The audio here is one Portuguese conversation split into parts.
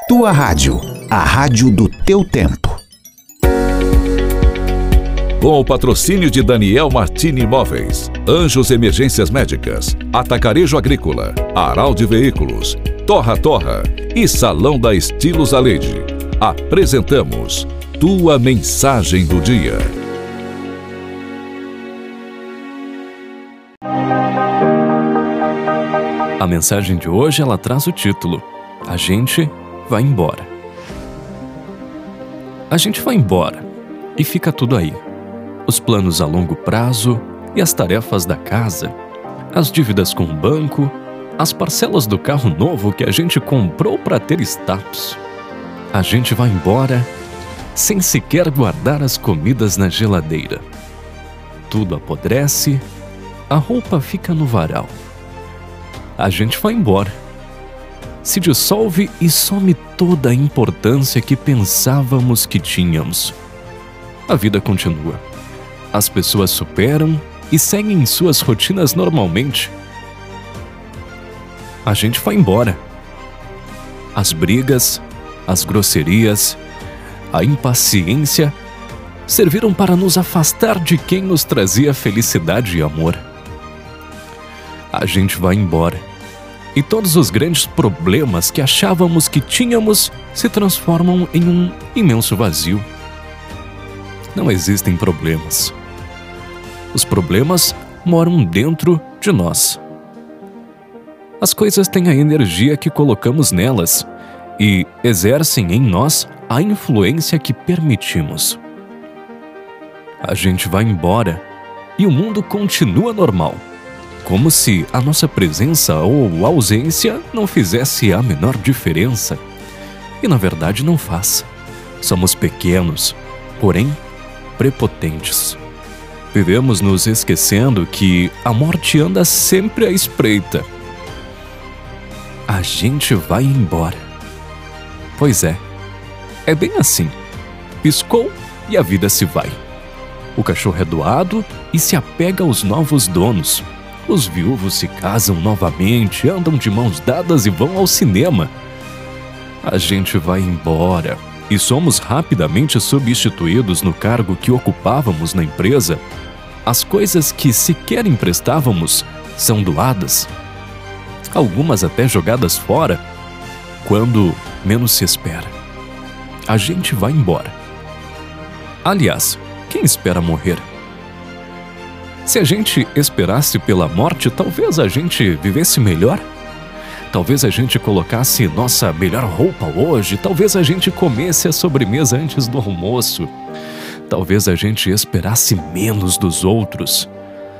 Tua rádio, a rádio do teu tempo. Com o patrocínio de Daniel Martini Imóveis, Anjos Emergências Médicas, Atacarejo Agrícola, Araldi Veículos, Torra Torra e Salão da Estilos Aleide, apresentamos Tua Mensagem do Dia. A mensagem de hoje, ela traz o título: A gente vai embora. A gente vai embora e fica tudo aí. Os planos a longo prazo e as tarefas da casa, as dívidas com o banco, as parcelas do carro novo que a gente comprou para ter status. A gente vai embora sem sequer guardar as comidas na geladeira. Tudo apodrece, a roupa fica no varal. A gente vai embora. Se dissolve e some toda a importância que pensávamos que tínhamos. A vida continua. As pessoas superam e seguem suas rotinas normalmente. A gente vai embora. As brigas, as grosserias, a impaciência serviram para nos afastar de quem nos trazia felicidade e amor. A gente vai embora. E todos os grandes problemas que achávamos que tínhamos se transformam em um imenso vazio. Não existem problemas. Os problemas moram dentro de nós. As coisas têm a energia que colocamos nelas e exercem em nós a influência que permitimos. A gente vai embora e o mundo continua normal, como se a nossa presença ou ausência não fizesse a menor diferença. E na verdade não faz. Somos pequenos, porém prepotentes. Vivemos nos esquecendo que a morte anda sempre à espreita. A gente vai embora. Pois é bem assim. Piscou e a vida se vai. O cachorro é doado e se apega aos novos donos. Os viúvos se casam novamente, andam de mãos dadas e vão ao cinema. A gente vai embora e somos rapidamente substituídos no cargo que ocupávamos na empresa. As coisas que sequer emprestávamos são doadas. Algumas até jogadas fora, quando menos se espera. A gente vai embora. Aliás, quem espera morrer? Se a gente esperasse pela morte, talvez a gente vivesse melhor. Talvez a gente colocasse nossa melhor roupa hoje. Talvez a gente comesse a sobremesa antes do almoço. Talvez a gente esperasse menos dos outros.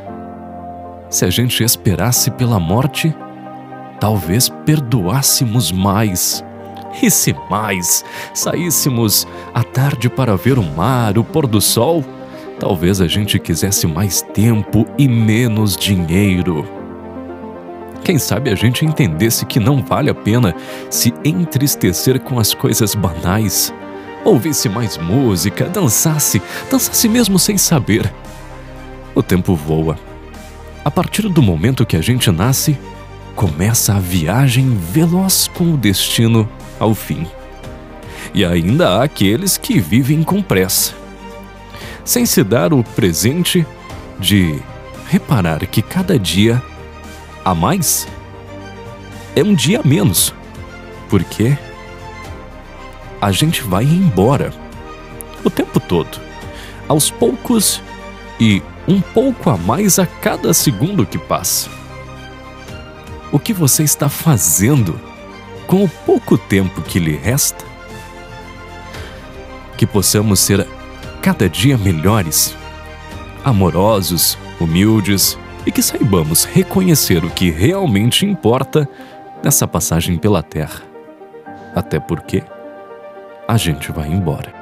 Se a gente esperasse pela morte, talvez perdoássemos mais. E se mais saíssemos à tarde para ver o mar, o pôr do sol, talvez a gente quisesse mais tempo e menos dinheiro. Quem sabe a gente entendesse que não vale a pena se entristecer com as coisas banais. Ouvisse mais música, dançasse mesmo sem saber. O tempo voa. A partir do momento que a gente nasce, começa a viagem veloz com o destino ao fim. E ainda há aqueles que vivem com pressa, sem se dar o presente de reparar que cada dia a mais é um dia a menos, porque a gente vai embora o tempo todo, aos poucos e um pouco a mais a cada segundo que passa. O que você está fazendo com o pouco tempo que lhe resta? Que possamos ser cada dia melhores, amorosos, humildes e que saibamos reconhecer o que realmente importa nessa passagem pela terra. Até porque a gente vai embora.